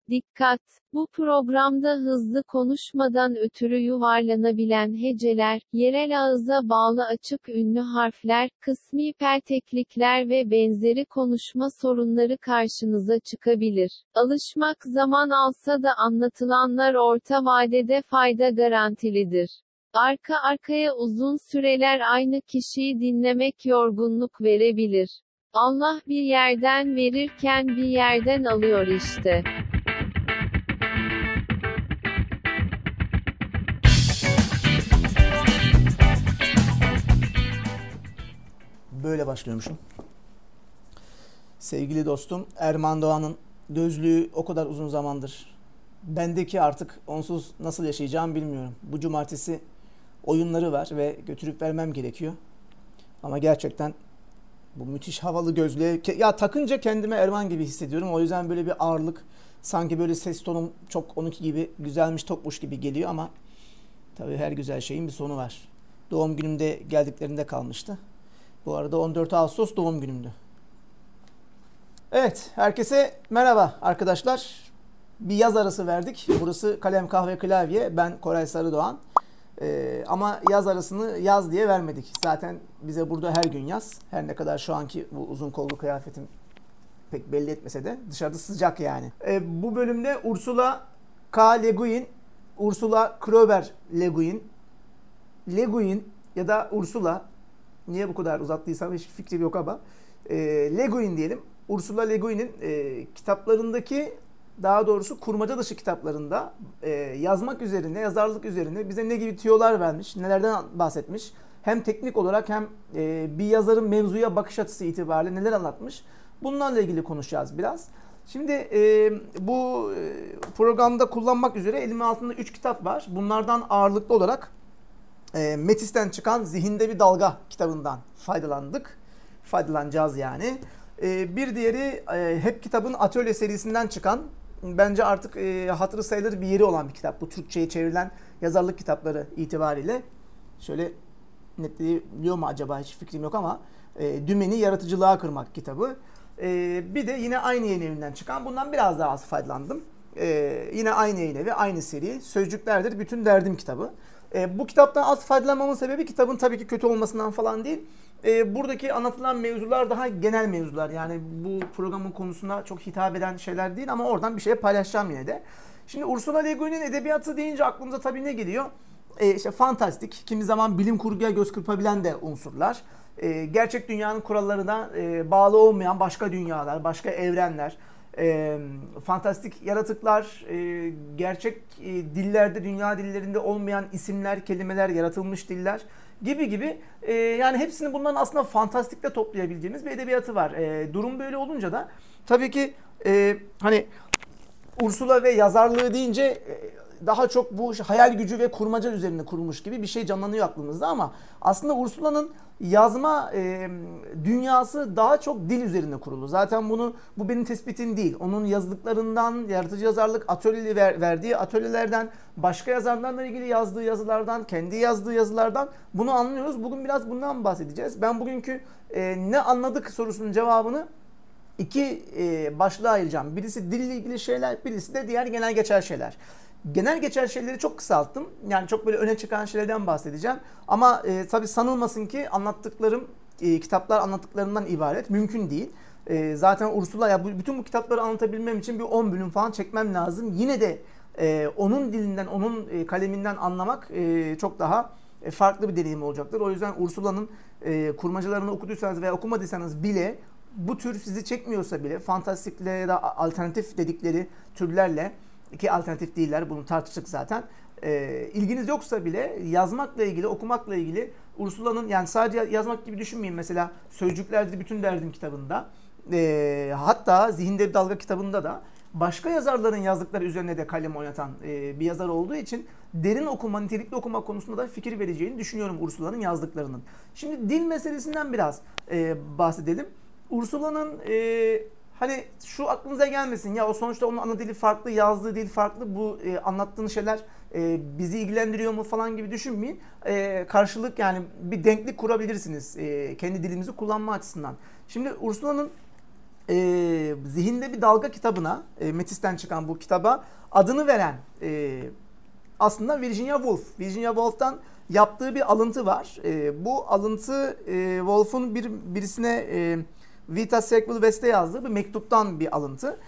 Dikkat! Bu programda hızlı konuşmadan ötürü yuvarlanabilen heceler, yerel ağıza bağlı açık ünlü harfler, kısmi perteklikler ve benzeri konuşma sorunları karşınıza çıkabilir. Alışmak zaman alsa da anlatılanlar orta vadede fayda garantilidir. Arka arkaya uzun süreler aynı kişiyi dinlemek yorgunluk verebilir. Allah bir yerden verirken bir yerden alıyor işte. Böyle başlıyormuşum. Sevgili dostum, Erman Doğan'ın gözlüğü o kadar uzun zamandır bendeki, artık onsuz nasıl yaşayacağımı bilmiyorum. Bu cumartesi oyunları var ve götürüp vermem gerekiyor. Ama gerçekten bu müthiş havalı gözlüğe ya takınca kendimi Erman gibi hissediyorum. O yüzden böyle bir ağırlık, sanki böyle ses tonum çok onunki gibi güzelmiş, topmuş gibi geliyor ama tabii her güzel şeyin bir sonu var. Doğum günümde geldiklerinde kalmıştı. Bu arada 14 Ağustos doğum günümdü. Evet, herkese merhaba arkadaşlar. Bir yaz arası verdik. Burası Kalem Kahve Klavye. Ben Koray Sarıdoğan. Ama yaz arasını yaz diye vermedik. Zaten bize burada her gün yaz. Her ne kadar şu anki bu uzun kollu kıyafetim pek belli etmese de dışarıda sıcak yani. Bu bölümde Ursula K. Le Guin, Ursula Kroeber Le Guin, Le Guin ya da Ursula, niye bu kadar uzattıysam hiç fikrim yok ama Le Guin diyelim. Ursula Le Guin'in kitaplarındaki, daha doğrusu kurmaca dışı kitaplarında yazmak üzerine, yazarlık üzerine bize ne gibi tüyolar vermiş, nelerden bahsetmiş. Hem teknik olarak hem bir yazarın mevzuya bakış açısı itibariyle neler anlatmış. Bunlarla ilgili konuşacağız biraz. Şimdi bu programda kullanmak üzere elimin altında 3 kitap var. Bunlardan ağırlıklı olarak Metis'ten çıkan Zihinde Bir Dalga kitabından faydalanacağız yani. Bir diğeri Hep Kitab'ın Atölye serisinden çıkan, bence artık hatırı sayılır bir yeri olan bir kitap. Bu Türkçe'ye çevrilen yazarlık kitapları itibariyle. Şöyle netleyebiliyor mu acaba, hiç fikrim yok ama Dümeni Yaratıcılığa Kırmak kitabı. Bir de yine aynı yayın evinden çıkan, bundan biraz daha az faydalandım. Yine aynı yayın evi, aynı seri, Sözcüklerdir Bütün Derdim kitabı. Bu kitaptan az faydalanmamın sebebi kitabın tabii ki kötü olmasından falan değil. Buradaki anlatılan mevzular daha genel mevzular. Yani bu programın konusuna çok hitap eden şeyler değil ama oradan bir şey paylaşacağım yine de. Şimdi Ursula Le Guin'in edebiyatı deyince aklımıza tabii ne geliyor? İşte fantastik, kimi zaman bilim kurguya göz kırpabilen de unsurlar. Gerçek dünyanın kurallarına bağlı olmayan başka dünyalar, başka evrenler. Fantastik yaratıklar, gerçek dillerde, dünya dillerinde olmayan isimler, kelimeler, yaratılmış diller gibi. Yani hepsini bunların aslında fantastikle toplayabileceğimiz bir edebiyatı var. Durum böyle olunca da tabii ki hani Ursula ve yazarlığı deyince daha çok bu hayal gücü ve kurmaca üzerine kurulmuş gibi bir şey canlanıyor aklımızda ama aslında Ursula'nın yazma dünyası daha çok dil üzerine kurulu. Zaten bu benim tespitim değil. Onun yazdıklarından, yaratıcı yazarlık atölyeli verdiği atölyelerden, başka yazarlarla ilgili yazdığı yazılardan, kendi yazdığı yazılardan bunu anlıyoruz. Bugün biraz bundan bahsedeceğiz. Ben bugünkü ne anladık sorusunun cevabını iki başlığa ayıracağım. Birisi dille ilgili şeyler, birisi de diğer genel geçer şeyler. Genel geçer şeyleri çok kısalttım. Yani çok böyle öne çıkan şeylerden bahsedeceğim. Ama tabii sanılmasın ki anlattıklarım, kitaplar anlattıklarından ibaret. Mümkün değil. Zaten Ursula, ya bütün bu kitapları anlatabilmem için bir 10 bölüm falan çekmem lazım. Yine de onun dilinden, onun kaleminden anlamak çok daha farklı bir deneyim olacaktır. O yüzden Ursula'nın kurmacalarını okuduysanız veya okumadıysanız bile, bu tür sizi çekmiyorsa bile, fantastikle ya da alternatif dedikleri türlerle, ki alternatif değiller, bunu tartıştık zaten, ilginiz yoksa bile yazmakla ilgili, okumakla ilgili Ursula'nın, yani sadece yazmak gibi düşünmeyin, mesela Sözcüklerdir Bütün Derdim kitabında, hatta Zihinde Bir Dalga kitabında da başka yazarların yazdıkları üzerine de kalem oynatan bir yazar olduğu için derin okuma, nitelikli okuma konusunda da fikir vereceğini düşünüyorum Ursula'nın yazdıklarının. Şimdi dil meselesinden biraz bahsedelim. Ursula'nın hani şu aklınıza gelmesin, ya o sonuçta onun ana dili farklı, yazdığı dil farklı, bu anlattığın şeyler bizi ilgilendiriyor mu falan gibi düşünmeyin. Karşılık, yani bir denklik kurabilirsiniz kendi dilimizi kullanma açısından. Şimdi Ursula'nın Zihinde bir Dalga kitabına, Metis'ten çıkan bu kitaba adını veren aslında Virginia Woolf. Virginia Woolf'tan yaptığı bir alıntı var. Bu alıntı Woolf'un birisine Vita Sackville West'e yazdığı bir mektuptan bir alıntı.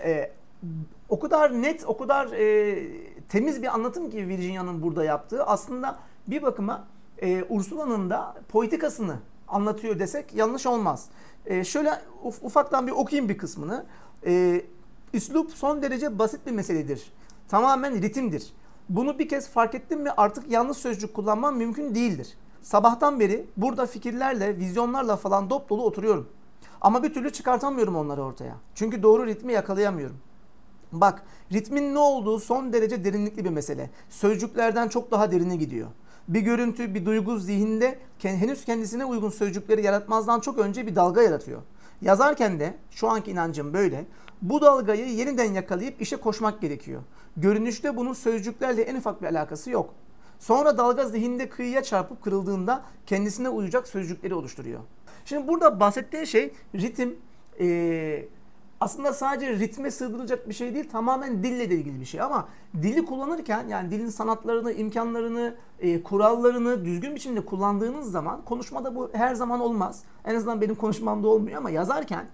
O kadar net, o kadar temiz bir anlatım ki Virginia'nın burada yaptığı. Aslında bir bakıma Ursula'nın da politikasını anlatıyor desek yanlış olmaz. Şöyle ufaktan bir okuyayım bir kısmını. Üslup son derece basit bir meseledir. Tamamen ritimdir. Bunu bir kez fark ettim mi artık yanlış sözcük kullanmam mümkün değildir. Sabahtan beri burada fikirlerle, vizyonlarla falan dop dolu oturuyorum. Ama bir türlü çıkartamıyorum onları ortaya. Çünkü doğru ritmi yakalayamıyorum. Bak, ritmin ne olduğu son derece derinlikli bir mesele. Sözcüklerden çok daha derine gidiyor. Bir görüntü, bir duygu zihinde henüz kendisine uygun sözcükleri yaratmazdan çok önce bir dalga yaratıyor. Yazarken de, şu anki inancım böyle, bu dalgayı yeniden yakalayıp işe koşmak gerekiyor. Görünüşte bunun sözcüklerle en ufak bir alakası yok. Sonra dalga zihinde kıyıya çarpıp kırıldığında kendisine uyacak sözcükleri oluşturuyor. Şimdi burada bahsettiği şey ritim, aslında sadece ritme sığdırılacak bir şey değil, tamamen dille de ilgili bir şey. Ama dili kullanırken, yani dilin sanatlarını, imkanlarını, kurallarını düzgün biçimde kullandığınız zaman, konuşmada bu her zaman olmaz. En azından benim konuşmamda olmuyor ama yazarken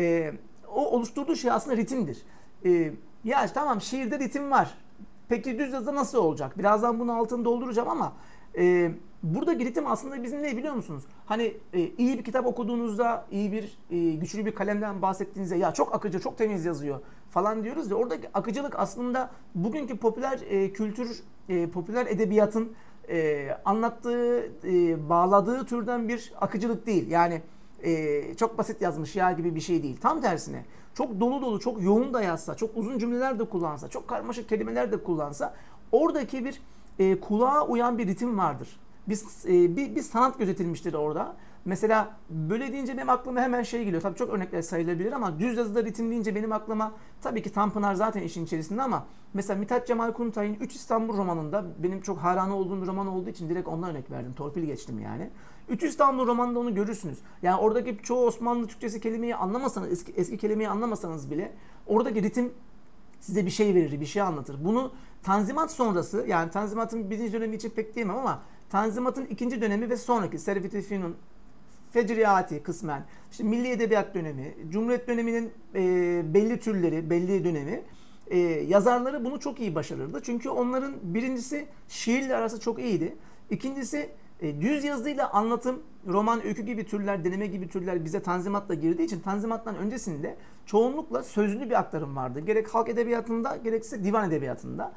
o oluşturduğu şey aslında ritimdir. Ya tamam, şiirde ritim var. Peki düz yazıda nasıl olacak? Birazdan bunun altını dolduracağım ama buradaki ritim aslında bizim ne biliyor musunuz? Hani iyi bir kitap okuduğunuzda, iyi bir güçlü bir kalemden bahsettiğinizde ya çok akıcı, çok temiz yazıyor falan diyoruz ya, oradaki akıcılık aslında bugünkü popüler kültür, popüler edebiyatın anlattığı, bağladığı türden bir akıcılık değil. Yani çok basit yazmış ya gibi bir şey değil. Tam tersine çok dolu dolu, çok yoğun da yazsa, çok uzun cümleler de kullansa, çok karmaşık kelimeler de kullansa oradaki bir kulağa uyan bir ritim vardır. Bir sanat gözetilmiştir orada. Mesela böyle deyince benim aklıma hemen şey geliyor. Tabii çok örnekler sayılabilir ama düz yazıda ritim deyince benim aklıma tabii ki Tanpınar zaten işin içerisinde ama mesela Mithat Cemal Kuntay'ın 3 İstanbul romanında benim çok hayranı olduğum bir roman olduğu için direkt ondan örnek verdim. Torpil geçtim yani. 3 İstanbul romanında onu görürsünüz. Yani oradaki çoğu Osmanlı Türkçesi kelimeyi anlamasanız, eski kelimeyi anlamasanız bile oradaki ritim size bir şey verir, bir şey anlatır. Bunu Tanzimat sonrası, yani Tanzimat'ın birinci dönemi için pek diyemem ama Tanzimat'ın ikinci dönemi ve sonraki Servet-i Fünun, Fecriati kısmen, işte Milli Edebiyat dönemi, Cumhuriyet döneminin belli türleri, belli dönemi yazarları bunu çok iyi başarırdı. Çünkü onların birincisi şiirle arası çok iyiydi. İkincisi düz yazıyla anlatım, roman, öykü gibi türler, deneme gibi türler bize Tanzimat'la girdiği için Tanzimat'tan öncesinde çoğunlukla sözlü bir aktarım vardı. Gerek halk edebiyatında gerekse divan edebiyatında.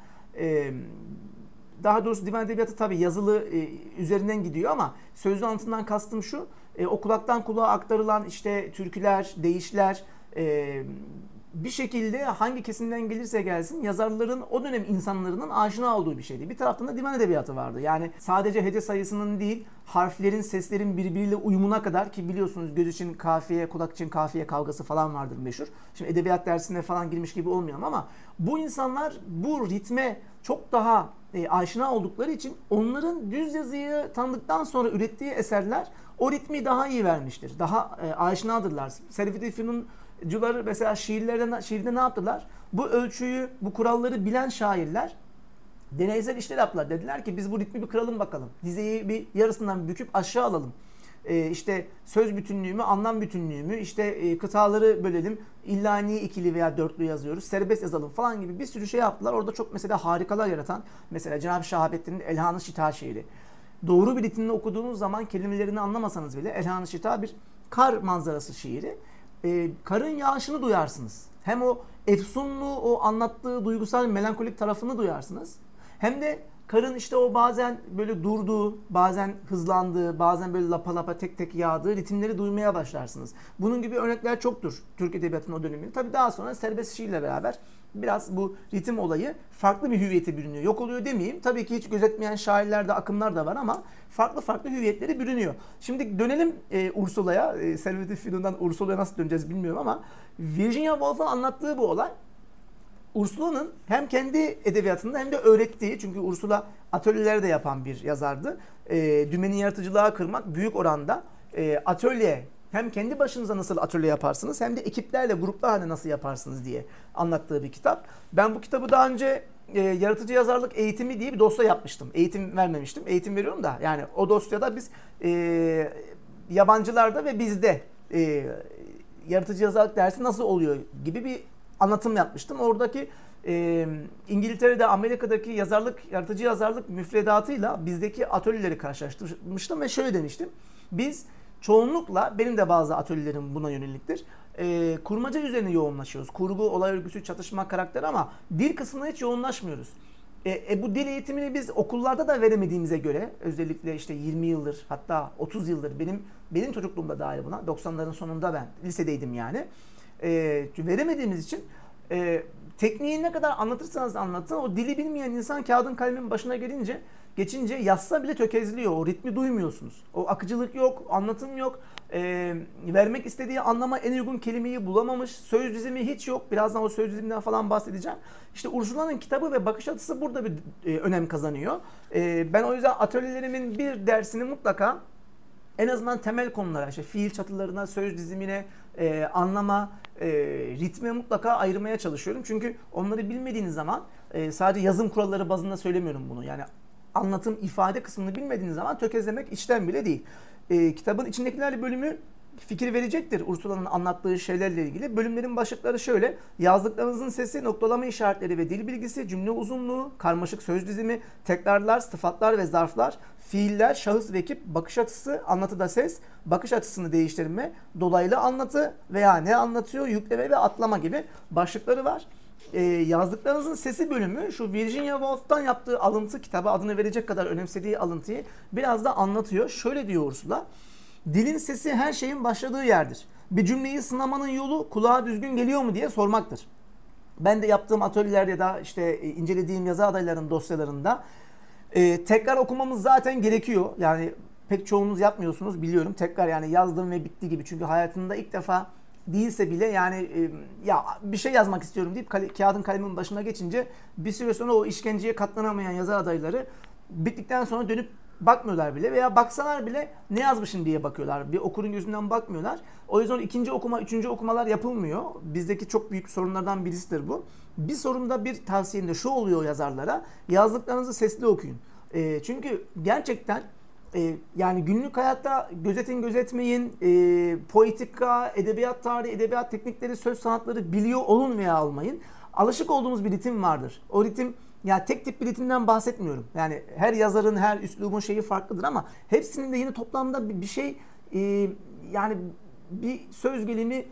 Daha doğrusu divan edebiyatı tabii yazılı üzerinden gidiyor ama sözlü anlatımdan kastım şu. O kulaktan kulağa aktarılan işte türküler, deyişler bir şekilde hangi kesimden gelirse gelsin yazarların o dönem insanların aşina olduğu bir şeydi. Bir taraftan da divan edebiyatı vardı. Yani sadece hece sayısının değil, harflerin, seslerin birbiriyle uyumuna kadar ki biliyorsunuz göz için kafiye, kulak için kafiye kavgası falan vardır meşhur. Şimdi edebiyat dersine falan girmiş gibi olmayalım ama bu insanlar bu ritme çok daha aşina oldukları için onların düz yazıyı tanıdıktan sonra ürettiği eserler o ritmi daha iyi vermiştir. Daha aşinadırlar. Servet-i Fünuncuları mesela şiirde ne yaptılar? Bu ölçüyü, bu kuralları bilen şairler deneysel işler yaptılar. Dediler ki biz bu ritmi bir kıralım bakalım. Dizeyi bir yarısından büküp aşağı alalım. İşte söz bütünlüğü mü, anlam bütünlüğü mü, işte kıtaları bölelim, illa niye ikili veya dörtlü yazıyoruz, serbest yazalım falan gibi bir sürü şey yaptılar. Orada çok mesela harikalar yaratan, mesela Cenab-ı Şahabettin'in Elhan-ı Şita şiiri. Doğru bir ritimle okuduğunuz zaman kelimelerini anlamasanız bile Elhan-ı Şita bir kar manzarası şiiri. Karın yağışını duyarsınız. Hem o efsunlu, o anlattığı duygusal melankolik tarafını duyarsınız. Hem de karın işte o bazen böyle durduğu, bazen hızlandığı, bazen böyle lapa lapa tek tek yağdığı ritimleri duymaya başlarsınız. Bunun gibi örnekler çoktur Türk Edebiyatı'nın o döneminde. Tabii daha sonra serbest şiirle beraber biraz bu ritim olayı farklı bir hüviyete bürünüyor. Yok oluyor demeyeyim. Tabii ki hiç gözetmeyen şairler de, akımlar da var ama farklı hüviyetleri bürünüyor. Şimdi dönelim Ursula'ya. Servet-i Fünun'dan Ursula'ya nasıl döneceğiz bilmiyorum ama Virginia Woolf'un anlattığı bu olay Ursula'nın hem kendi edebiyatında hem de öğrettiği, çünkü Ursula atölyeler de yapan bir yazardı. Dümenin yaratıcılığa kırmak büyük oranda atölye hem kendi başınıza nasıl atölye yaparsınız hem de ekiplerle, gruplar halinde nasıl yaparsınız diye anlattığı bir kitap. Ben bu kitabı daha önce yaratıcı yazarlık eğitimi diye bir dosya yapmıştım. Eğitim vermemiştim. Eğitim veriyorum da yani o dosyada biz yabancılarda ve bizde yaratıcı yazarlık dersi nasıl oluyor gibi bir anlatım yapmıştım. Oradaki İngiltere'de, Amerika'daki yaratıcı yazarlık müfredatıyla bizdeki atölyeleri karşılaştırmıştım ve şöyle demiştim. Biz çoğunlukla, benim de bazı atölyelerim buna yöneliktir, kurmaca üzerine yoğunlaşıyoruz. Kurgu, olay örgüsü, çatışma, karakter ama dil kısmına hiç yoğunlaşmıyoruz. Bu dil eğitimini biz okullarda da veremediğimize göre, özellikle işte 20 yıldır hatta 30 yıldır benim çocukluğumda dahil buna, 90'ların sonunda ben lisedeydim yani, veremediğimiz için tekniği ne kadar anlatırsanız anlatın, o dili bilmeyen insan kağıdın kalemin başına geçince yazsa bile tökezliyor. O ritmi duymuyorsunuz. O akıcılık yok, anlatım yok. Vermek istediği anlama en uygun kelimeyi bulamamış. Söz dizimi hiç yok. Birazdan o söz diziminden falan bahsedeceğim. İşte Ursula'nın kitabı ve bakış açısı burada bir önem kazanıyor. Ben o yüzden atölyelerimin bir dersini mutlaka en azından temel konulara, işte fiil çatılarına, söz dizimine, anlama, ritme mutlaka ayırmaya çalışıyorum. Çünkü onları bilmediğiniz zaman, sadece yazım kuralları bazında söylemiyorum bunu. Yani anlatım, ifade kısmını bilmediğiniz zaman tökezlemek içten bile değil. Kitabın içindekiler bölümü fikir verecektir Ursula'nın anlattığı şeylerle ilgili. Bölümlerin başlıkları şöyle: yazdıklarınızın sesi, noktalama işaretleri ve dil bilgisi, cümle uzunluğu, karmaşık söz dizimi, tekrarlar, sıfatlar ve zarflar, fiiller, şahıs ve ekip, bakış açısı, anlatıda ses, bakış açısını değiştirme, dolaylı anlatı veya ne anlatıyor, yükleme ve atlama gibi başlıkları var. Yazdıklarınızın sesi bölümü şu Virginia Woolf'tan yaptığı alıntı, kitaba adını verecek kadar önemsediği alıntıyı biraz da anlatıyor. Şöyle diyor Ursula: dilin sesi her şeyin başladığı yerdir. Bir cümleyi sınamanın yolu kulağa düzgün geliyor mu diye sormaktır. Ben de yaptığım atölyeler ya da işte incelediğim yazı adaylarının dosyalarında tekrar okumamız zaten gerekiyor. Yani pek çoğunuz yapmıyorsunuz biliyorum. Tekrar, yani yazdım ve bitti gibi. Çünkü hayatında ilk defa değilse bile yani ya bir şey yazmak istiyorum deyip kağıdın kalemin başına geçince bir süre sonra o işkenceye katlanamayan yazar adayları bittikten sonra dönüp bakmıyorlar bile veya baksalar bile ne yazmışım diye bakıyorlar. Bir okurun gözünden bakmıyorlar. O yüzden ikinci okuma, üçüncü okumalar yapılmıyor. Bizdeki çok büyük sorunlardan birisidir bu. Bir sorunda, bir tavsiyem de şu oluyor yazarlara: yazdıklarınızı sesli okuyun. Çünkü gerçekten yani günlük hayatta gözetin gözetmeyin, poetika, edebiyat tarihi, edebiyat teknikleri, söz sanatları biliyor olun veya olmayın, alışık olduğumuz bir ritim vardır. O ritim, ya tek tip bir ritimden bahsetmiyorum. Yani her yazarın, her üslubun şeyi farklıdır ama hepsinin de yine toplamda bir şey, yani bir söz gelimi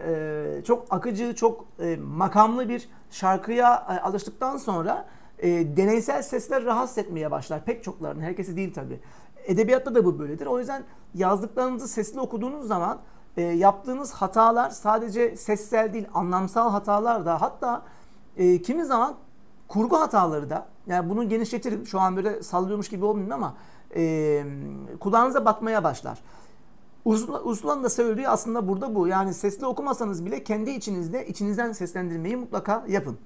çok akıcı, çok makamlı bir şarkıya alıştıktan sonra deneysel sesler rahatsız etmeye başlar. Pek çoklarının, herkesi değil tabii. Edebiyatta da bu böyledir. O yüzden yazdıklarınızı sesli okuduğunuz zaman yaptığınız hatalar sadece sessel değil, anlamsal hatalar da, hatta kimi zaman kurgu hataları da, yani bunu genişletirim. Şu an böyle sallıyormuş gibi olmayayım ama kulağınıza batmaya başlar. Ursula'nın da söylediği aslında burada bu. Yani sesli okumasanız bile kendi içinizden seslendirmeyi mutlaka yapın.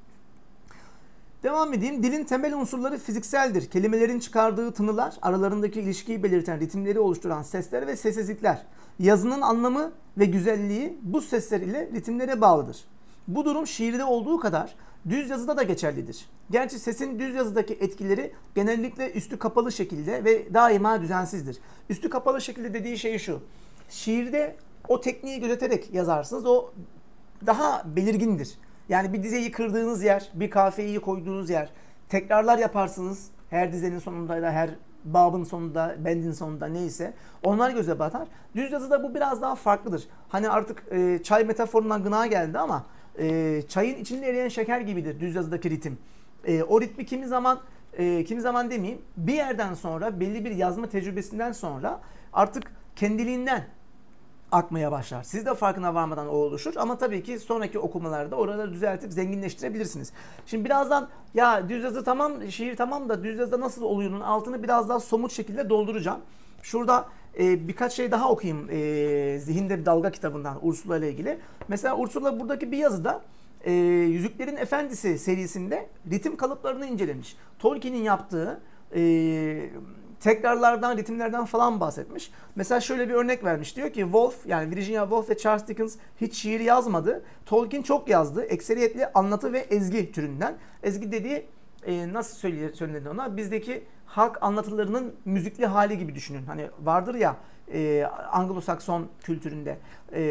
Devam edeyim. Dilin temel unsurları fizikseldir. Kelimelerin çıkardığı tınılar, aralarındaki ilişkiyi belirten ritimleri oluşturan sesler ve sessizlikler. Yazının anlamı ve güzelliği bu sesler ile ritimlere bağlıdır. Bu durum şiirde olduğu kadar düz yazıda da geçerlidir. Gerçi sesin düz yazıdaki etkileri genellikle üstü kapalı şekilde ve daima düzensizdir. Üstü kapalı şekilde dediği şey şu: şiirde o tekniği gözeterek yazarsınız. O daha belirgindir. Yani bir dizeyi kırdığınız yer, bir kafiyeyi koyduğunuz yer, tekrarlar yaparsınız her dizenin sonunda ya da her babın sonunda, bendin sonunda neyse. Onlar göze batar. Düz yazıda bu biraz daha farklıdır. Hani artık çay metaforundan gına geldi ama çayın içinde eriyen şeker gibidir düz yazıdaki ritim. O ritmi kimi zaman demeyeyim, bir yerden sonra, belli bir yazma tecrübesinden sonra artık kendiliğinden akmaya başlar. Siz de farkına varmadan o oluşur ama tabii ki sonraki okumalarda oraları düzeltip zenginleştirebilirsiniz. Şimdi birazdan ya düz yazı tamam, şiir tamam da düz yazıda nasıl oluyor'nun altını biraz daha somut şekilde dolduracağım. Şurada birkaç şey daha okuyayım Zihinde Bir Dalga kitabından Ursula ile ilgili. Mesela Ursula buradaki bir yazıda Yüzüklerin Efendisi serisinde ritim kalıplarını incelemiş. Tolkien'in yaptığı tekrarlardan, ritimlerden falan bahsetmiş. Mesela şöyle bir örnek vermiş. Diyor ki Woolf, yani Virginia Woolf ve Charles Dickens hiç şiir yazmadı. Tolkien çok yazdı. Ekseriyetle anlatı ve ezgi türünden. Ezgi dediği nasıl söylenir ona? Bizdeki halk anlatılarının müzikli hali gibi düşünün. Hani vardır ya Anglo-Sakson kültüründe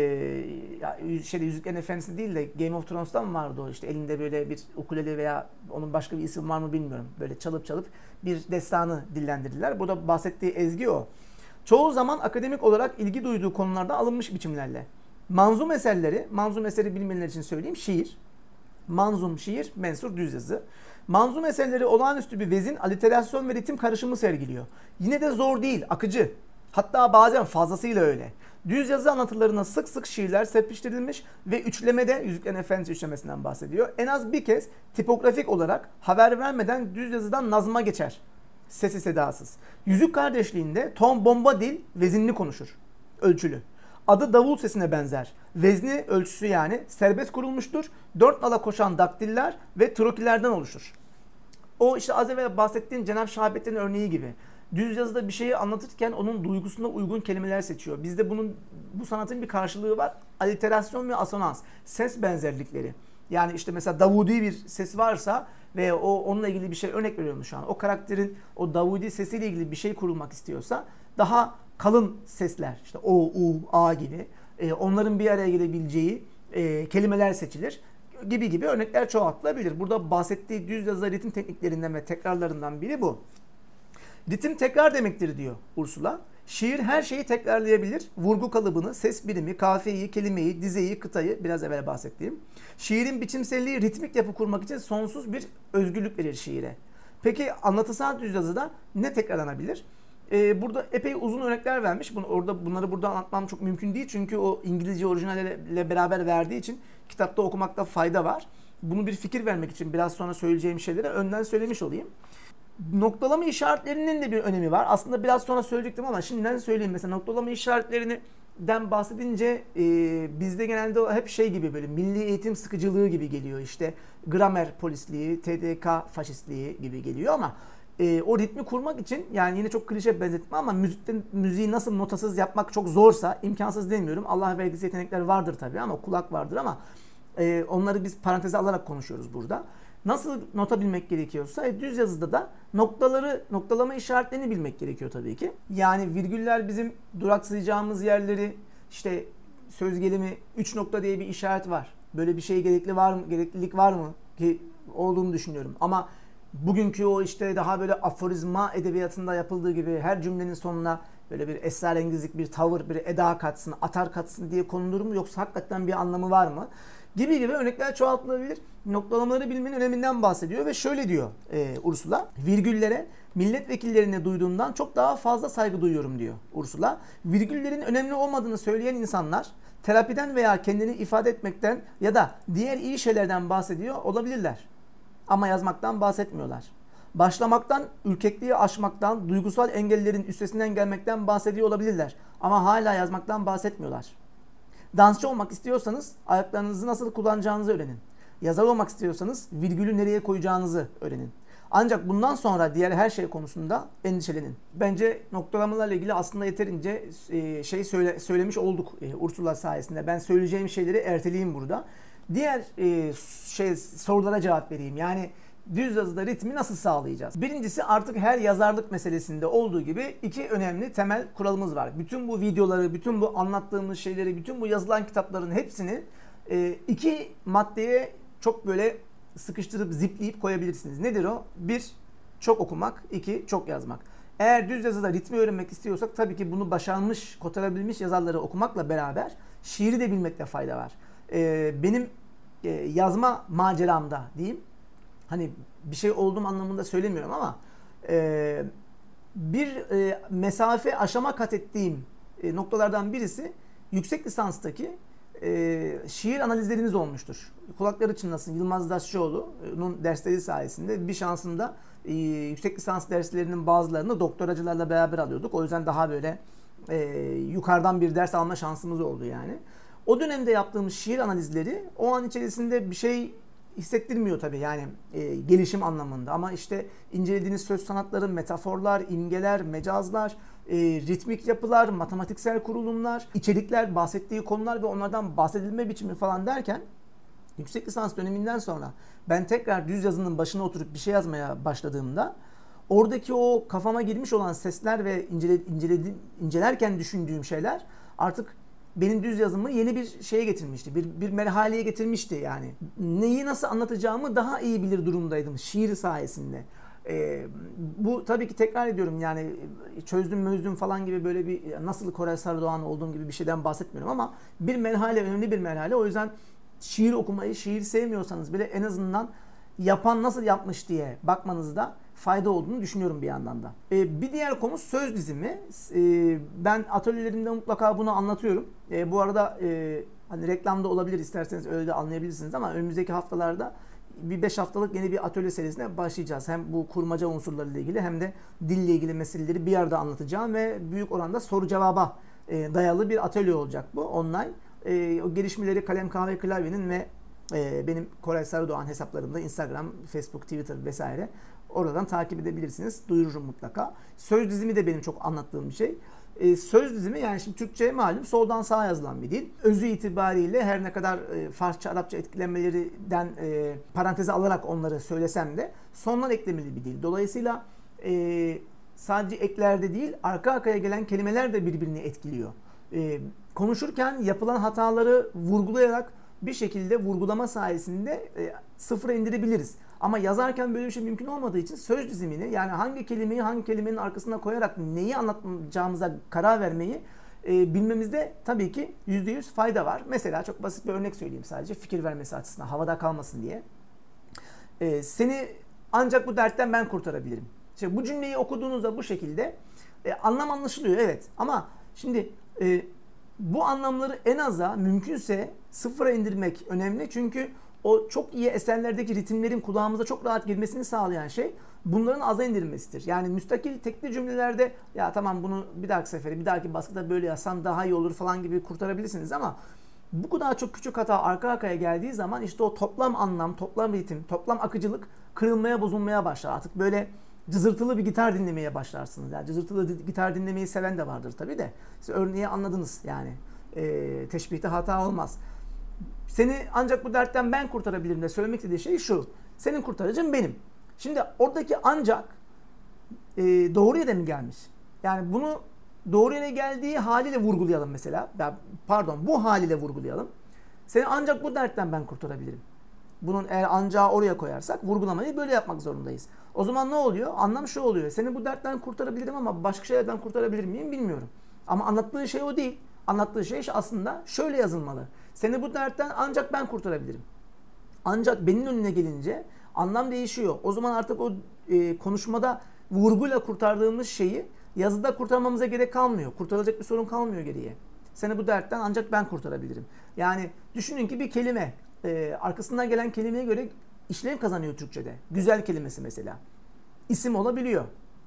Yüzüklerin Efendisi değil de Game of Thrones'ta mı vardı o, işte elinde böyle bir ukulele veya onun başka bir isim var mı bilmiyorum. Böyle çalıp çalıp bir destanı dillendirdiler. Burada bahsettiği ezgi o. Çoğu zaman akademik olarak ilgi duyduğu konularda alınmış biçimlerle. Manzum eserleri, manzum eseri bilmeyenler için söyleyeyim, şiir. Manzum şiir, mensur düz yazı. Manzum eserleri olağanüstü bir vezin, aliterasyon ve ritim karışımı sergiliyor. Yine de zor değil, akıcı. Hatta bazen fazlasıyla öyle. Düz yazı anlatılarına sık sık şiirler serpiştirilmiş ve üçlemede, Yüzüklerin Efendisi üçlemesinden bahsediyor, en az bir kez tipografik olarak haber vermeden düz yazıdan nazma geçer. Sesi sedasız. Yüzük Kardeşliği'nde Tom Bombadil vezinli konuşur. Ölçülü. Adı davul sesine benzer. Vezni, ölçüsü yani, serbest kurulmuştur. 4 nala koşan daktiller ve trokilerden oluşur. O işte az evvel bahsettiğim Cenab-ı Şahabettin örneği gibi. Düz yazıda bir şeyi anlatırken onun duygusuna uygun kelimeler seçiyor. Bizde bu sanatın bir karşılığı var. Aliterasyon ve asonans. Ses benzerlikleri. Yani işte mesela Davudi bir ses varsa ve onunla ilgili bir şey, örnek veriyorum şu an. O karakterin o Davudi sesiyle ilgili bir şey kurulmak istiyorsa daha kalın sesler, işte O, U, A gibi onların bir araya gelebileceği kelimeler seçilir. Gibi örnekler çoğaltılabilir. Burada bahsettiği düz yazı ritim tekniklerinden ve tekrarlarından biri bu. Ritim tekrar demektir diyor Ursula. Şiir her şeyi tekrarlayabilir. Vurgu kalıbını, ses birimi, kafiyeyi, kelimeyi, dizeyi, kıtayı, biraz evvel bahsettiğim. Şiirin biçimselliği ritmik yapı kurmak için sonsuz bir özgürlük verir şiire. Peki anlatısal düz yazıda ne tekrarlanabilir? Burada epey uzun örnekler vermiş. Bunları burada anlatmam çok mümkün değil. Çünkü o İngilizce orijinalle beraber verdiği için kitapta okumakta fayda var. Bunu bir fikir vermek için biraz sonra söyleyeceğim şeyleri önden söylemiş olayım. Noktalama işaretlerinin de bir önemi var. Aslında biraz sonra söyleyecektim ama şimdiden söyleyeyim. Mesela noktalama işaretlerinden bahsedince bizde genelde hep şey gibi, böyle milli eğitim sıkıcılığı gibi geliyor. İşte gramer polisliği, TDK faşistliği gibi geliyor ama o ritmi kurmak için, yani yine çok klişe benzetme ama müziği nasıl notasız yapmak çok zorsa, imkansız demiyorum. Allah vergisi yetenekler vardır tabii ama kulak vardır ama onları biz paranteze alarak konuşuyoruz burada. Nasıl nota bilmek gerekiyorsa düz yazıda da noktalama işaretlerini bilmek gerekiyor tabii ki. Yani virgüller bizim duraksayacağımız yerleri, işte söz gelimi 3 nokta diye bir işaret var. Böyle bir şeye gereklilik var mı ki olduğunu düşünüyorum. Ama bugünkü o işte daha böyle aforizma edebiyatında yapıldığı gibi her cümlenin sonuna böyle bir esrarengizlik, bir tavır, bir eda katsın, atar katsın diye konulur mu, yoksa hakikaten bir anlamı var mı? Gibi örnekler çoğaltılabilir. Noktalamaları bilmenin öneminden bahsediyor ve şöyle diyor Ursula. Virgüllere milletvekillerine duyduğumdan çok daha fazla saygı duyuyorum diyor Ursula. Virgüllerin önemli olmadığını söyleyen insanlar terapiden veya kendini ifade etmekten ya da diğer iyi şeylerden bahsediyor olabilirler. Ama yazmaktan bahsetmiyorlar. Başlamaktan, ürkekliği aşmaktan, duygusal engellerin üstesinden gelmekten bahsediyor olabilirler. Ama hala yazmaktan bahsetmiyorlar. Dansçı olmak istiyorsanız ayaklarınızı nasıl kullanacağınızı öğrenin. Yazar olmak istiyorsanız virgülü nereye koyacağınızı öğrenin. Ancak bundan sonra diğer her şey konusunda endişelenin. Bence noktalamalarla ilgili aslında yeterince söylemiş olduk Ursula sayesinde. Ben söyleyeceğim şeyleri erteleyeyim burada. Diğer sorulara cevap vereyim. Yani düz yazıda ritmi nasıl sağlayacağız? Birincisi, artık her yazarlık meselesinde olduğu gibi iki önemli temel kuralımız var. Bütün bu videoları, bütün bu anlattığımız şeyleri, bütün bu yazılan kitapların hepsini iki maddeye çok böyle sıkıştırıp zipleyip koyabilirsiniz. Nedir o? 1. Çok okumak. 2. Çok yazmak. Eğer düz yazıda ritmi öğrenmek istiyorsak tabii ki bunu başarmış, kotarabilmiş yazarları okumakla beraber şiiri de bilmekte fayda var. Benim yazma maceramda diyeyim, hani bir şey olduğum anlamında söylemiyorum ama bir mesafe aşama kat ettiğim noktalardan birisi yüksek lisanstaki şiir analizleriniz olmuştur. Kulakları çınlasın, Yılmaz Daşçıoğlu'nun dersleri sayesinde bir şansında yüksek lisans derslerinin bazılarını doktoracılarla beraber alıyorduk. O yüzden daha böyle yukarıdan bir ders alma şansımız oldu yani. O dönemde yaptığımız şiir analizleri o an içerisinde bir şey hissettirmiyor tabii yani gelişim anlamında. Ama işte incelediğiniz söz sanatları, metaforlar, imgeler, mecazlar, ritmik yapılar, matematiksel kurulumlar, içerikler, bahsettiği konular ve onlardan bahsedilme biçimi falan derken yüksek lisans döneminden sonra ben tekrar düz yazının başına oturup bir şey yazmaya başladığımda oradaki o kafama girmiş olan sesler ve incelerken düşündüğüm şeyler artık benim düz yazımı yeni bir şeye getirmişti. Bir merhaleye getirmişti yani. Neyi nasıl anlatacağımı daha iyi bilir durumdaydım şiir sayesinde. Bu tabii ki tekrar ediyorum yani çözdüm falan gibi böyle bir nasıl Koray Sarıdoğan olduğum gibi bir şeyden bahsetmiyorum ama bir merhale, önemli bir merhale. O yüzden şiir okumayı, şiir sevmiyorsanız bile en azından yapan nasıl yapmış diye bakmanızda fayda olduğunu düşünüyorum bir yandan da. Bir diğer konu söz dizimi. Ben atölyelerimde mutlaka bunu anlatıyorum. Bu arada hani reklamda olabilir, isterseniz öyle de anlayabilirsiniz ama önümüzdeki haftalarda bir 5 haftalık yeni bir atölye serisine başlayacağız. Hem bu kurmaca unsurlarıyla ilgili hem de dille ilgili meseleleri bir arada anlatacağım ve büyük oranda soru cevaba dayalı bir atölye olacak bu online. O gelişmeleri Kalem Kahve Klavye'nin ve benim Koray Sarıdoğan hesaplarımda Instagram, Facebook, Twitter vesaire oradan takip edebilirsiniz. Duyururum mutlaka. Söz dizimi de benim çok anlattığım bir şey. Söz dizimi yani şimdi Türkçe malum soldan sağa yazılan bir dil. Özü itibariyle her ne kadar Farsça, Arapça etkilenmelerinden paranteze alarak onları söylesem de sondan eklemeli bir dil. Dolayısıyla sadece eklerde değil arka arkaya gelen kelimeler de birbirini etkiliyor. Konuşurken yapılan hataları vurgulayarak bir şekilde vurgulama sayesinde sıfıra indirebiliriz. Ama yazarken böyle bir şey mümkün olmadığı için söz dizimini yani hangi kelimeyi hangi kelimenin arkasına koyarak neyi anlatacağımıza karar vermeyi bilmemizde tabii ki %100 fayda var. Mesela çok basit bir örnek söyleyeyim sadece fikir vermesi açısından havada kalmasın diye. Seni ancak bu dertten ben kurtarabilirim. İşte bu cümleyi okuduğunuzda bu şekilde anlam anlaşılıyor evet ama şimdi bu anlamları en aza mümkünse sıfıra indirmek önemli. Çünkü o çok iyi eserlerdeki ritimlerin kulağımıza çok rahat girmesini sağlayan şey bunların aza indirilmesidir. Yani müstakil tekli cümlelerde ya tamam bunu bir dahaki sefere bir dahaki baskıda böyle yazsan daha iyi olur falan gibi kurtarabilirsiniz ama bu kadar çok küçük hata arka arkaya geldiği zaman işte o toplam anlam, toplam ritim, toplam akıcılık kırılmaya, bozulmaya başlar. Artık böyle cızırtılı bir gitar dinlemeye başlarsınız. Yani cızırtılı gitar dinlemeyi seven de vardır tabii de. Siz örneği anladınız yani. Teşbihte hata olmaz. Seni ancak bu dertten ben kurtarabilirim de söylemek istediği şey şu. Senin kurtarıcın benim. Şimdi oradaki ancak doğru yere mi gelmiş? Yani bunu doğru yere geldiği haliyle vurgulayalım mesela. Pardon bu haliyle vurgulayalım. Seni ancak bu dertten ben kurtarabilirim. Bunun eğer ancağı oraya koyarsak vurgulamayı böyle yapmak zorundayız. O zaman ne oluyor? Anlam şu oluyor. Seni bu dertten kurtarabilirim ama başka şeylerden kurtarabilir miyim bilmiyorum. Ama anlattığı şey o değil. Anlattığı şey aslında şöyle yazılmalı. Seni bu dertten ancak ben kurtarabilirim. Ancak benim önüne gelince anlam değişiyor. O zaman artık o konuşmada vurguyla kurtardığımız şeyi yazıda kurtarmamıza gerek kalmıyor. Kurtarılacak bir sorun kalmıyor geriye. Seni bu dertten ancak ben kurtarabilirim. Yani düşünün ki bir kelime arkasından gelen kelimeye göre işlev kazanıyor Türkçe'de. Güzel kelimesi mesela. İsim olabiliyor.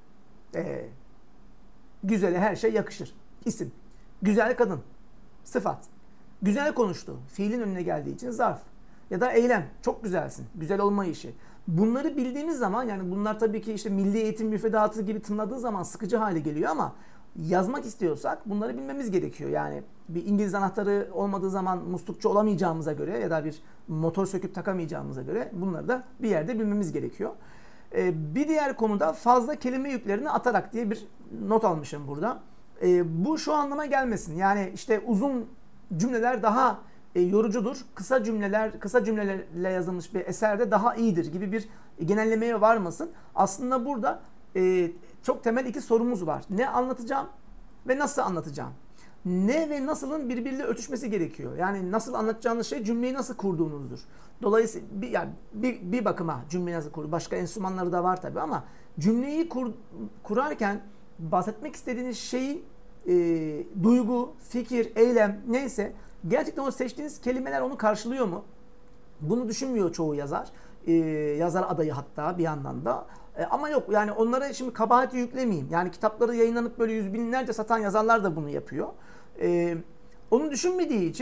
Güzele her şey yakışır. İsim. Güzel kadın. Sıfat. Güzel konuştu. Fiilin önüne geldiği için zarf. Ya da eylem. Çok güzelsin. Güzel olma işi. Bunları bildiğimiz zaman yani bunlar tabii ki işte milli eğitim müfredatı gibi tınladığı zaman sıkıcı hale geliyor ama yazmak istiyorsak bunları bilmemiz gerekiyor. Yani bir İngiliz anahtarı olmadığı zaman muslukçu olamayacağımıza göre ya da bir motor söküp takamayacağımıza göre bunları da bir yerde bilmemiz gerekiyor. Bir diğer konuda fazla kelime yüklerini atarak diye bir not almışım burada. Bu şu anlama gelmesin. Yani işte uzun cümleler daha yorucudur. Kısa cümlelerle yazılmış bir eserde daha iyidir gibi bir genellemeye varmasın. Aslında burada çok temel iki sorumuz var. Ne anlatacağım ve nasıl anlatacağım? Ne ve nasılın birbiriyle örtüşmesi gerekiyor. Yani nasıl anlatacağınız şey cümleyi nasıl kurduğunuzdur. Dolayısıyla bir bakıma cümleyi nasıl kurduğunuz. Başka enstrümanları da var tabii ama cümleyi kurarken bahsetmek istediğiniz şeyin duygu, fikir, eylem neyse gerçekten o seçtiğiniz kelimeler onu karşılıyor mu? Bunu düşünmüyor çoğu yazar. Yazar adayı hatta bir yandan da. Ama yok yani onlara şimdi kabahati yüklemeyeyim. Yani kitapları yayınlanıp böyle yüz binlerce satan yazarlar da bunu yapıyor. Onu düşünmediği için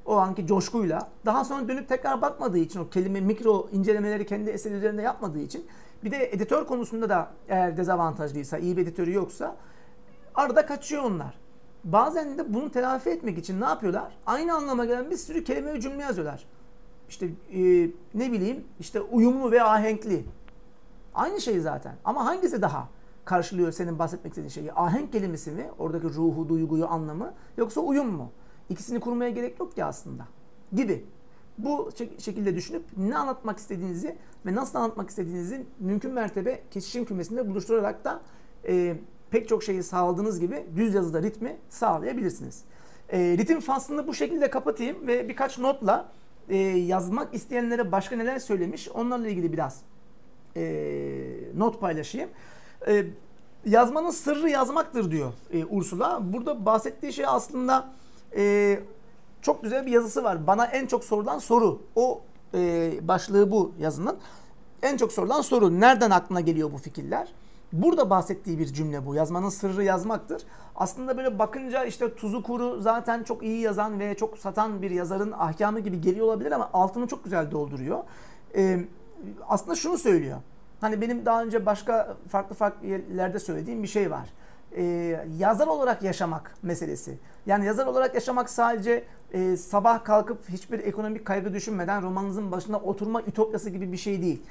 o anki coşkuyla, daha sonra dönüp tekrar bakmadığı için, o kelime mikro incelemeleri kendi eseri üzerinde yapmadığı için, bir de editör konusunda da eğer dezavantajlıysa, iyi bir editörü yoksa arada kaçıyor onlar. Bazen de bunu telafi etmek için ne yapıyorlar? Aynı anlama gelen bir sürü kelime ve cümle yazıyorlar. İşte ne bileyim, işte uyumlu ve ahenkli. Aynı şey zaten. Ama hangisi daha karşılıyor senin bahsetmek istediğin şeyi? Ahenk kelimesi mi? Oradaki ruhu, duyguyu, anlamı. Yoksa uyum mu? İkisini kurmaya gerek yok ki aslında. Gibi. Bu şekilde düşünüp ne anlatmak istediğinizi ve nasıl anlatmak istediğinizi mümkün mertebe kesişim kümesinde buluşturarak da pek çok şeyi sağladığınız gibi düz yazıda ritmi sağlayabilirsiniz. Ritim faslını bu şekilde kapatayım ve birkaç notla yazmak isteyenlere başka neler söylemiş onlarla ilgili biraz not paylaşayım. Yazmanın sırrı yazmaktır diyor Ursula. Burada bahsettiği şey aslında çok güzel bir yazısı var. Bana en çok sorulan soru. O başlığı bu yazının. En çok sorulan soru. Nereden aklına geliyor bu fikirler? Burada bahsettiği bir cümle bu. Yazmanın sırrı yazmaktır. Aslında böyle bakınca işte tuzu kuru zaten çok iyi yazan ve çok satan bir yazarın ahkamı gibi geliyor olabilir ama altını çok güzel dolduruyor. Aslında şunu söylüyor. Hani benim daha önce başka farklı yerlerde söylediğim bir şey var. Yazar olarak yaşamak meselesi. Yani yazar olarak yaşamak sadece sabah kalkıp hiçbir ekonomik kaygı düşünmeden romanınızın başına oturma ütopyası gibi bir şey değil.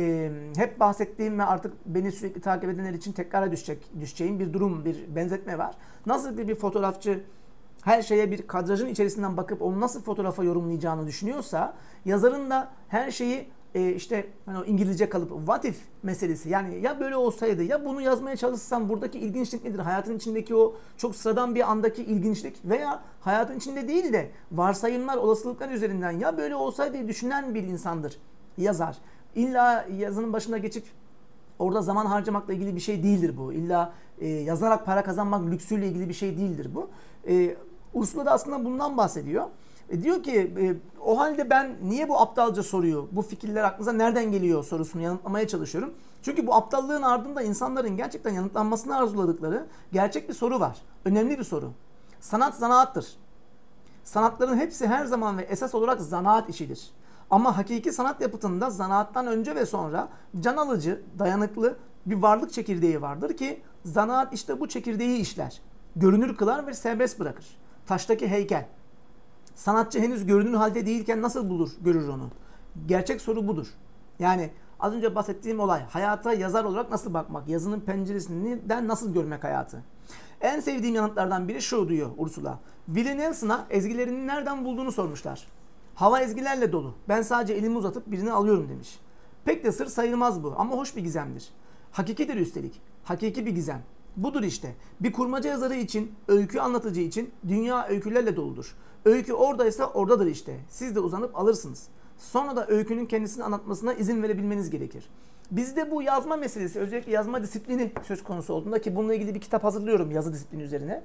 Hep bahsettiğim ve artık beni sürekli takip edenler için tekrara düşeceğim bir durum, bir benzetme var. Nasıl bir fotoğrafçı her şeye bir kadrajın içerisinden bakıp onu nasıl fotoğrafa yorumlayacağını düşünüyorsa, yazarın da her şeyi işte hani o İngilizce kalıp what if meselesi, yani ya böyle olsaydı, ya bunu yazmaya çalışsam buradaki ilginçlik nedir? Hayatın içindeki o çok sıradan bir andaki ilginçlik veya hayatın içinde değil de varsayımlar, olasılıklar üzerinden ya böyle olsaydı düşünen bir insandır yazar. İlla yazının başına geçip orada zaman harcamakla ilgili bir şey değildir bu. İlla yazarak para kazanmak lüksüyle ilgili bir şey değildir bu. Ursula da aslında bundan bahsediyor. Diyor ki o halde ben niye bu aptalca soruyu, bu fikirler aklınıza nereden geliyor sorusunu yanıtlamaya çalışıyorum. Çünkü bu aptallığın ardında insanların gerçekten yanıtlanmasını arzuladıkları gerçek bir soru var. Önemli bir soru. Sanat zanaattır. Sanatların hepsi her zaman ve esas olarak zanaat işidir. Ama hakiki sanat yapıtında zanaattan önce ve sonra can alıcı, dayanıklı bir varlık çekirdeği vardır ki zanaat işte bu çekirdeği işler. Görünür kılar ve serbest bırakır. Taştaki heykel. Sanatçı henüz görünür halde değilken nasıl görür onu? Gerçek soru budur. Yani az önce bahsettiğim olay, hayata yazar olarak nasıl bakmak, yazının penceresinden nasıl görmek hayatı. En sevdiğim yanıtlardan biri şu diyor Ursula. Willie Nelson'a ezgilerini nereden bulduğunu sormuşlar. Hava ezgilerle dolu. Ben sadece elimi uzatıp birini alıyorum demiş. Pek de sır sayılmaz bu ama hoş bir gizemdir. Hakikidir üstelik. Hakiki bir gizem. Budur işte. Bir kurmaca yazarı için, öykü anlatıcı için dünya öykülerle doludur. Öykü oradaysa oradadır işte. Siz de uzanıp alırsınız. Sonra da öykünün kendisini anlatmasına izin verebilmeniz gerekir. Bizde bu yazma meselesi, özellikle yazma disiplini söz konusu olduğunda, ki bununla ilgili bir kitap hazırlıyorum yazı disiplini üzerine.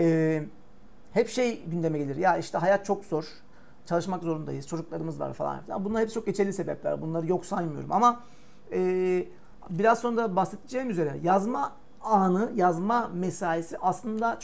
Hep şey gündeme gelir. Ya işte hayat çok zor. Çalışmak zorundayız. Çocuklarımız var falan. Bunlar hep çok geçerli sebepler. Bunları yok saymıyorum. Ama biraz sonra da bahsedeceğim üzere yazma anı, yazma mesaisi aslında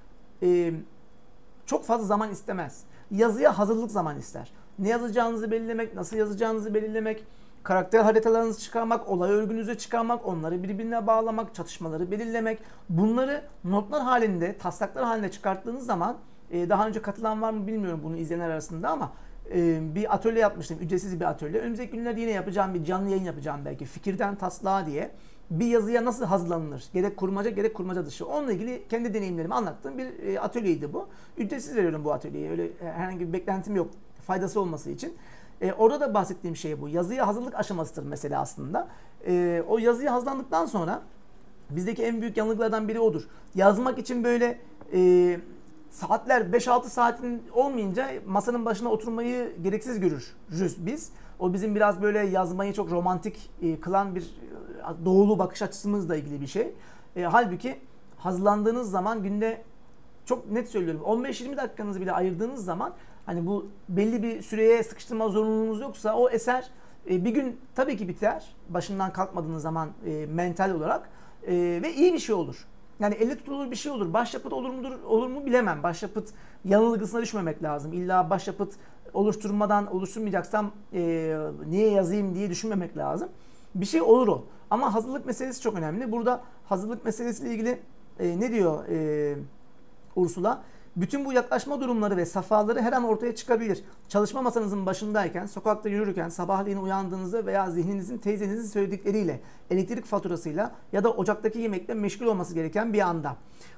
çok fazla zaman istemez. Yazıya hazırlık zaman ister. Ne yazacağınızı belirlemek, nasıl yazacağınızı belirlemek, karakter haritalarınızı çıkarmak, olay örgünüzü çıkarmak, onları birbirine bağlamak, çatışmaları belirlemek. Bunları notlar halinde, taslaklar halinde çıkarttığınız zaman, daha önce katılan var mı bilmiyorum bunu izleyenler arasında ama bir atölye yapmıştım, ücretsiz bir atölye. Önümüzdeki günlerde yine yapacağım, bir canlı yayın yapacağım belki, fikirden taslağa diye. Bir yazıya nasıl hazırlanılır? Gerek kurmaca gerek kurmaca dışı. Onunla ilgili kendi deneyimlerimi anlattığım bir atölyeydi bu. Ücretsiz veriyorum bu atölyeyi. Öyle herhangi bir beklentim yok. Faydası olması için. Orada da bahsettiğim şey bu. Yazıya hazırlık aşamasıdır mesela aslında. O yazıya hazırlandıktan sonra bizdeki en büyük yanılgılardan biri odur. Yazmak için böyle saatler, 5-6 saatin olmayınca masanın başına oturmayı gereksiz görürüz biz. O bizim biraz böyle yazmayı çok romantik kılan bir doğulu bakış açısımızla ilgili bir şey. Halbuki hazırlandığınız zaman günde, çok net söylüyorum, 15-20 dakikanızı bile ayırdığınız zaman, hani bu belli bir süreye sıkıştırma zorunluluğunuz yoksa o eser bir gün tabii ki biter. Başından kalkmadığınız zaman mental olarak ve iyi bir şey olur. Yani elle tutulur bir şey olur. Başyapıt olur mu bilemem. Başyapıt yanılgısına düşmemek lazım. İlla başyapıt oluşturmayacaksam niye yazayım diye düşünmemek lazım. Bir şey olur o. Ama hazırlık meselesi çok önemli. Burada hazırlık meselesiyle ilgili ne diyor Ursula? Bütün bu yaklaşma durumları ve safhaları her an ortaya çıkabilir. Çalışma masanızın başındayken, sokakta yürürken, sabahleyin uyandığınızda veya zihninizin teyzenizin söyledikleriyle, elektrik faturasıyla ya da ocaktaki yemekle meşgul olması gereken bir anda.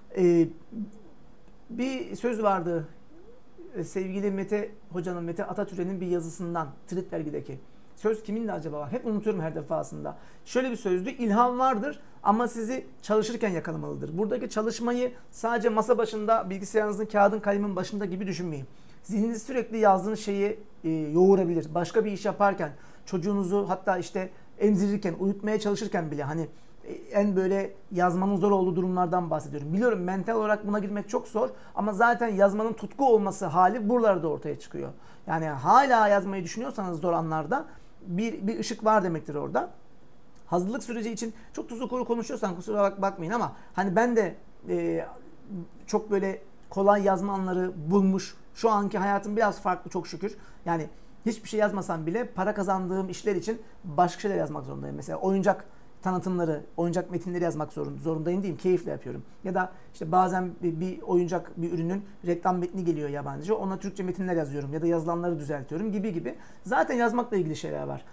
Bir söz vardı sevgili Mete Hoca'nın, Mete Atatürk'ün bir yazısından, Trit Dergi'deki. Söz kimindi acaba? Hep unutuyorum her defasında. Şöyle bir sözdü: İlham vardır ama sizi çalışırken yakalamalıdır. Buradaki çalışmayı sadece masa başında, bilgisayarınızın, kağıdın, kalemin başında gibi düşünmeyin. Zihniniz sürekli yazdığınız şeyi yoğurabilir. Başka bir iş yaparken, çocuğunuzu hatta işte emzirirken, uyutmaya çalışırken bile, hani en böyle yazmanın zor olduğu durumlardan bahsediyorum. Biliyorum mental olarak buna girmek çok zor ama zaten yazmanın tutku olması hali buralarda ortaya çıkıyor. Yani hala yazmayı düşünüyorsanız zor anlarda bir ışık var demektir orada. Hazırlık süreci için çok tuzlu kuru konuşuyorsan kusura bakmayın ama hani ben de çok böyle kolay yazma anları bulmuş. Şu anki hayatım biraz farklı çok şükür. Yani hiçbir şey yazmasam bile para kazandığım işler için başka şeyler yazmak zorundayım. Mesela oyuncak tanıtımları, oyuncak metinleri yazmak zorundayım diyeyim. Keyifle yapıyorum. Ya da işte bazen bir oyuncak, bir ürünün reklam metni geliyor yabancı. Ona Türkçe metinler yazıyorum ya da yazılanları düzeltiyorum gibi. Zaten yazmakla ilgili şeyler var.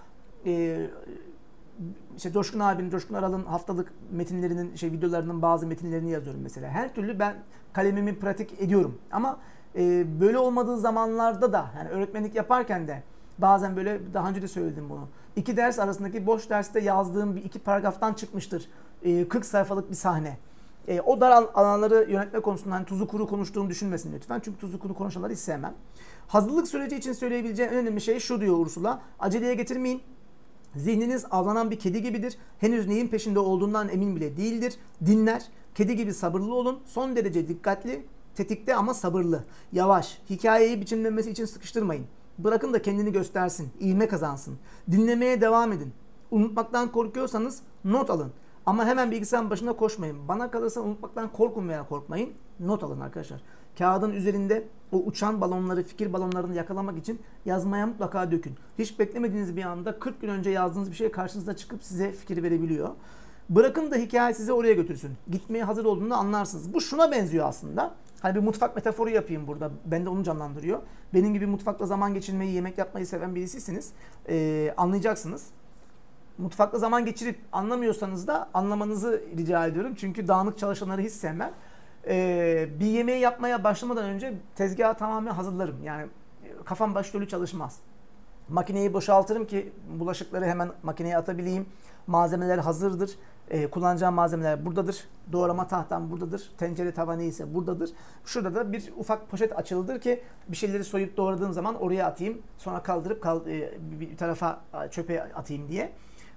İşte Coşkun abinin, Coşkun Aral'ın haftalık metinlerinin, videolarının bazı metinlerini yazıyorum mesela. Her türlü ben kalemimi pratik ediyorum. Ama böyle olmadığı zamanlarda da, yani öğretmenlik yaparken de bazen böyle, daha önce de söyledim bunu. 2 ders arasındaki boş derste yazdığım bir 2 paragraftan çıkmıştır. 40 sayfalık bir sahne. O dar alanları yönetme konusunda hani tuzu kuru konuştuğumu düşünmesin lütfen. Çünkü tuzu kuru konuşanları hiç sevmem. Hazırlık süreci için söyleyebileceğim en önemli şey şu diyor Ursula: aceleye getirmeyin. Zihniniz avlanan bir kedi gibidir. Henüz neyin peşinde olduğundan emin bile değildir. Dinler. Kedi gibi sabırlı olun. Son derece dikkatli, tetikte ama sabırlı. Yavaş. Hikayeyi biçimlenmesi için sıkıştırmayın. Bırakın da kendini göstersin, ivme kazansın. Dinlemeye devam edin. Unutmaktan korkuyorsanız not alın. Ama hemen bilgisayarın başında koşmayın. Bana kalırsa unutmaktan korkun veya korkmayın. Not alın arkadaşlar. Kağıdın üzerinde o uçan balonları, fikir balonlarını yakalamak için yazmaya mutlaka dökün. Hiç beklemediğiniz bir anda 40 gün önce yazdığınız bir şey karşınıza çıkıp size fikir verebiliyor. Bırakın da hikaye sizi oraya götürsün. Gitmeye hazır olduğunda anlarsınız. Bu şuna benziyor aslında. Hani bir mutfak metaforu yapayım burada. Ben de onu canlandırıyor. Benim gibi mutfakla zaman geçirmeyi, yemek yapmayı seven birisiyseniz anlayacaksınız. Mutfakla zaman geçirip anlamıyorsanız da anlamanızı rica ediyorum. Çünkü dağınık çalışanları hiç sevmem. Bir yemeği yapmaya başlamadan önce tezgahı tamamen hazırlarım. Yani kafam baş dolu çalışmaz. Makineyi boşaltırım ki bulaşıkları hemen makineye atabileyim. Malzemeler hazırdır. Kullanacağım malzemeler buradadır. Doğrama tahtam buradadır. Tencere tava neyse buradadır. Şurada da bir ufak poşet açılıdır ki bir şeyleri soyup doğradığım zaman oraya atayım. Sonra kaldırıp bir tarafa çöpe atayım diye.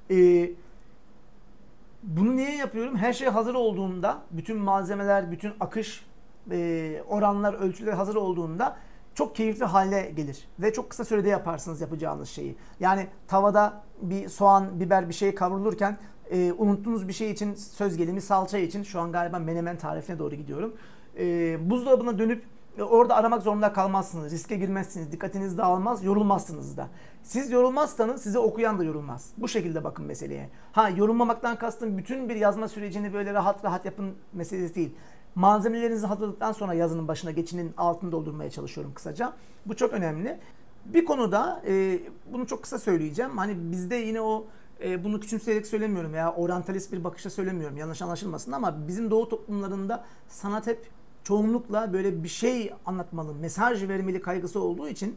Bunu niye yapıyorum? Her şey hazır olduğunda, bütün malzemeler, bütün akış, oranlar, ölçüler hazır olduğunda çok keyifli hale gelir. Ve çok kısa sürede yaparsınız yapacağınız şeyi. Yani tavada bir soğan, biber bir şey kavrulurken unuttuğunuz bir şey için, söz gelimi salça için, şu an galiba menemen tarifine doğru gidiyorum. Buzdolabına dönüp orada aramak zorunda kalmazsınız. Riske girmezsiniz. Dikkatiniz dağılmaz, yorulmazsınız da. Siz yorulmazsanız size okuyan da yorulmaz. Bu şekilde bakın meseleye. Yorulmamaktan kastım bütün bir yazma sürecini böyle rahat rahat yapın meselesi değil. Malzemelerinizi hazırladıktan sonra yazının başına geçinin, altını doldurmaya çalışıyorum kısaca. Bu çok önemli. Bir konuda bunu çok kısa söyleyeceğim. Hani bizde yine o bunu küçümseyerek söylemiyorum veya oryantalist bir bakışla söylemiyorum. Yanlış anlaşılmasın ama bizim doğu toplumlarında sanat hep çoğunlukla böyle bir şey anlatmalı, mesaj vermeli kaygısı olduğu için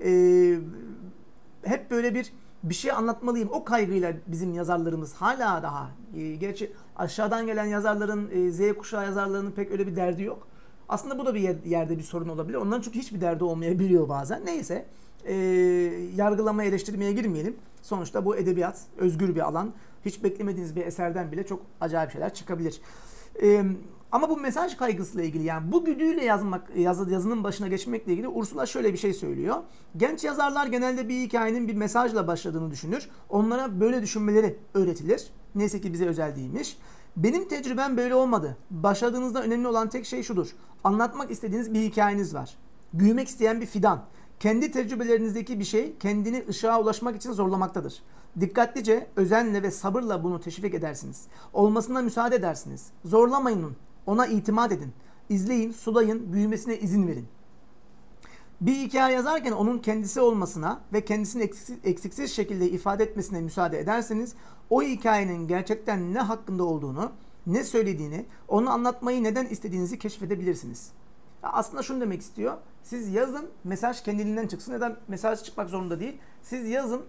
hep böyle bir şey anlatmalıyım. O kaygıyla bizim yazarlarımız hala daha, gerçi aşağıdan gelen yazarların, Z kuşağı yazarlarının pek öyle bir derdi yok. Aslında bu da bir yerde bir sorun olabilir. Onların çünkü hiçbir derdi olmayabiliyor bazen. Neyse, yargılamaya, eleştirmeye girmeyelim. Sonuçta bu edebiyat, özgür bir alan. Hiç beklemediğiniz bir eserden bile çok acayip şeyler çıkabilir. Ama bu mesaj kaygısıyla ilgili, yani bu güdüyle yazının başına geçmekle ilgili Ursula şöyle bir şey söylüyor. Genç yazarlar genelde bir hikayenin bir mesajla başladığını düşünür. Onlara böyle düşünmeleri öğretilir. Neyse ki bize özel değilmiş. Benim tecrübem böyle olmadı. Başladığınızda önemli olan tek şey şudur. Anlatmak istediğiniz bir hikayeniz var. Büyümek isteyen bir fidan. Kendi tecrübelerinizdeki bir şey kendini ışığa ulaşmak için zorlamaktadır. Dikkatlice, özenle ve sabırla bunu teşvik edersiniz. Olmasına müsaade edersiniz. Zorlamayın, ona itimat edin. İzleyin, sulayın, büyümesine izin verin. Bir hikaye yazarken onun kendisi olmasına ve kendisini eksiksiz şekilde ifade etmesine müsaade ederseniz o hikayenin gerçekten ne hakkında olduğunu, ne söylediğini, onu anlatmayı neden istediğinizi keşfedebilirsiniz. Aslında şunu demek istiyor. Siz yazın, mesaj kendiliğinden çıksın ya da mesaj çıkmak zorunda değil. Siz yazın,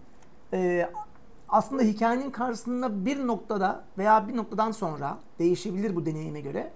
aslında hikayenin karşısında bir noktada veya bir noktadan sonra değişebilir bu deneyime göre.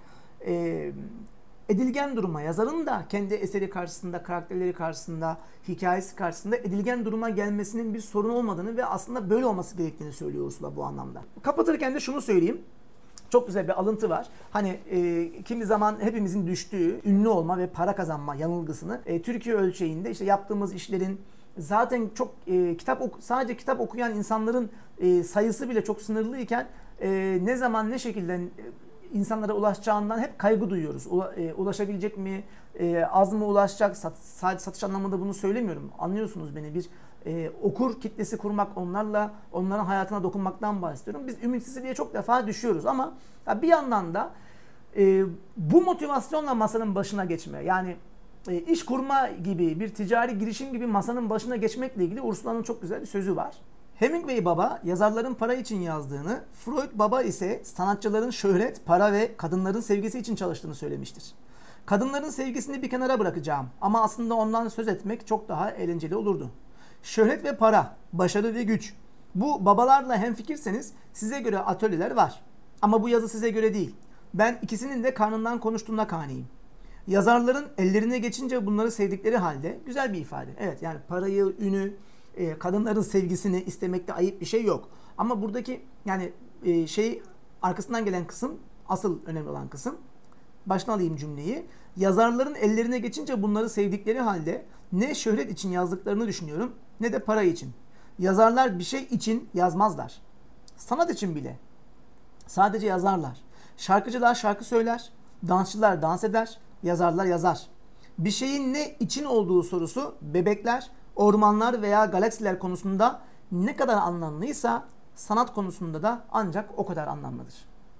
Edilgen duruma, yazarın da kendi eseri karşısında, karakterleri karşısında, hikayesi karşısında edilgen duruma gelmesinin bir sorun olmadığını ve aslında böyle olması gerektiğini söylüyor Ursula bu anlamda. Kapatırken de şunu söyleyeyim. Çok güzel bir alıntı var. Hani kimi zaman hepimizin düştüğü ünlü olma ve para kazanma yanılgısını Türkiye ölçeğinde işte yaptığımız işlerin zaten çok sadece kitap okuyan insanların sayısı bile çok sınırlıyken ne zaman ne şekilde insanlara ulaşacağından hep kaygı duyuyoruz. Ulaşabilecek mi? Az mı ulaşacak? Sadece satış anlamında bunu söylemiyorum. Anlıyorsunuz beni. Bir okur kitlesi kurmak, onların hayatına dokunmaktan bahsediyorum. Biz ümitsizliğe çok defa düşüyoruz ama bir yandan da bu motivasyonla masanın başına geçme, yani iş kurma gibi, bir ticari girişim gibi masanın başına geçmekle ilgili Ursula'nın çok güzel bir sözü var. Hemingway baba yazarların para için yazdığını, Freud baba ise sanatçıların şöhret, para ve kadınların sevgisi için çalıştığını söylemiştir. Kadınların sevgisini bir kenara bırakacağım ama aslında ondan söz etmek çok daha eğlenceli olurdu. Şöhret ve para, başarı ve güç. Bu babalarla hemfikirseniz size göre atölyeler var. Ama bu yazı size göre değil. Ben ikisinin de karnından konuştuğuna kaniyim. Yazarların ellerine geçince bunları sevdikleri halde güzel bir ifade. Evet, yani parayı, ünü, kadınların sevgisini istemekte ayıp bir şey yok. Ama buradaki yani arkasından gelen kısım asıl önemli olan kısım. Baştan alayım cümleyi. Yazarların ellerine geçince bunları sevdikleri halde ne şöhret için yazdıklarını düşünüyorum ne de para için. Yazarlar bir şey için yazmazlar. Sanat için bile. Sadece yazarlar. Şarkıcılar şarkı söyler, dansçılar dans eder, yazarlar yazar. Bir şeyin ne için olduğu sorusu bebekler, ormanlar veya galaksiler konusunda ne kadar anlamlıysa sanat konusunda da ancak o kadar anlamlıdır.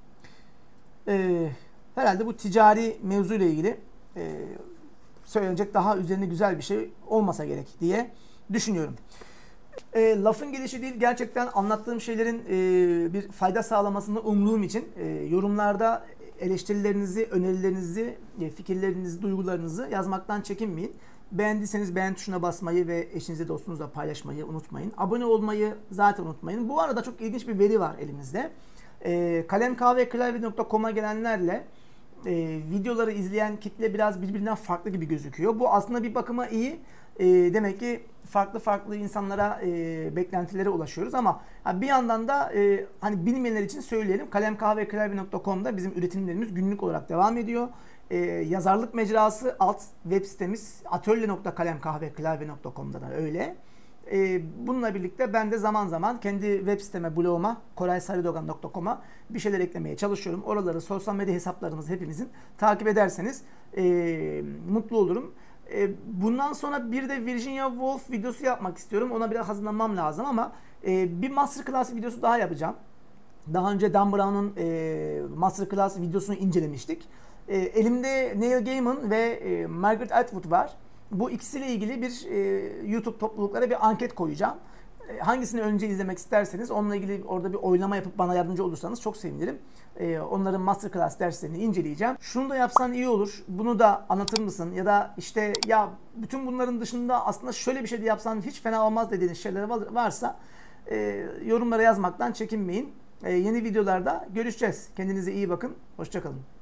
Herhalde bu ticari mevzuyla ilgili söyleyecek daha üzerine güzel bir şey olmasa gerek diye düşünüyorum. Lafın gelişi değil, gerçekten anlattığım şeylerin bir fayda sağlamasını umduğum için yorumlarda eleştirilerinizi, önerilerinizi, fikirlerinizi, duygularınızı yazmaktan çekinmeyin. Beğendiyseniz beğen tuşuna basmayı ve eşinize dostunuzla paylaşmayı unutmayın. Abone olmayı zaten unutmayın. Bu arada çok ilginç bir veri var elimizde. kalemkahveklavye.com'a gelenlerle videoları izleyen kitle biraz birbirinden farklı gibi gözüküyor. Bu aslında bir bakıma iyi. Demek ki farklı insanlara beklentilere ulaşıyoruz ama bir yandan da hani bilmeyenler için söyleyelim. kalemkahveklavye.com'da bizim üretimlerimiz günlük olarak devam ediyor. Yazarlık mecrası alt web sitemiz atölye.kalemkahveklavye.com'da da öyle. Bununla birlikte ben de zaman zaman kendi web siteme, bloguma, koraysaridogan.com'a bir şeyler eklemeye çalışıyorum. Oraları, sosyal medya hesaplarımızı hepimizin takip ederseniz mutlu olurum. Bundan sonra bir de Virginia Woolf videosu yapmak istiyorum. Ona biraz hazırlanmam lazım ama bir masterclass videosu daha yapacağım. Daha önce Dan Brown'un masterclass videosunu incelemiştik. Elimde Neil Gaiman ve Margaret Atwood var. Bu ikisiyle ilgili bir YouTube topluluklara bir anket koyacağım. Hangisini önce izlemek isterseniz onunla ilgili orada bir oylama yapıp bana yardımcı olursanız çok sevinirim. Onların masterclass derslerini inceleyeceğim. Şunu da yapsan iyi olur, bunu da anlatır mısın? Ya da işte ya bütün bunların dışında aslında şöyle bir şey de yapsan hiç fena olmaz dediğiniz şeyler varsa yorumlara yazmaktan çekinmeyin. Yeni videolarda görüşeceğiz. Kendinize iyi bakın. Hoşça kalın.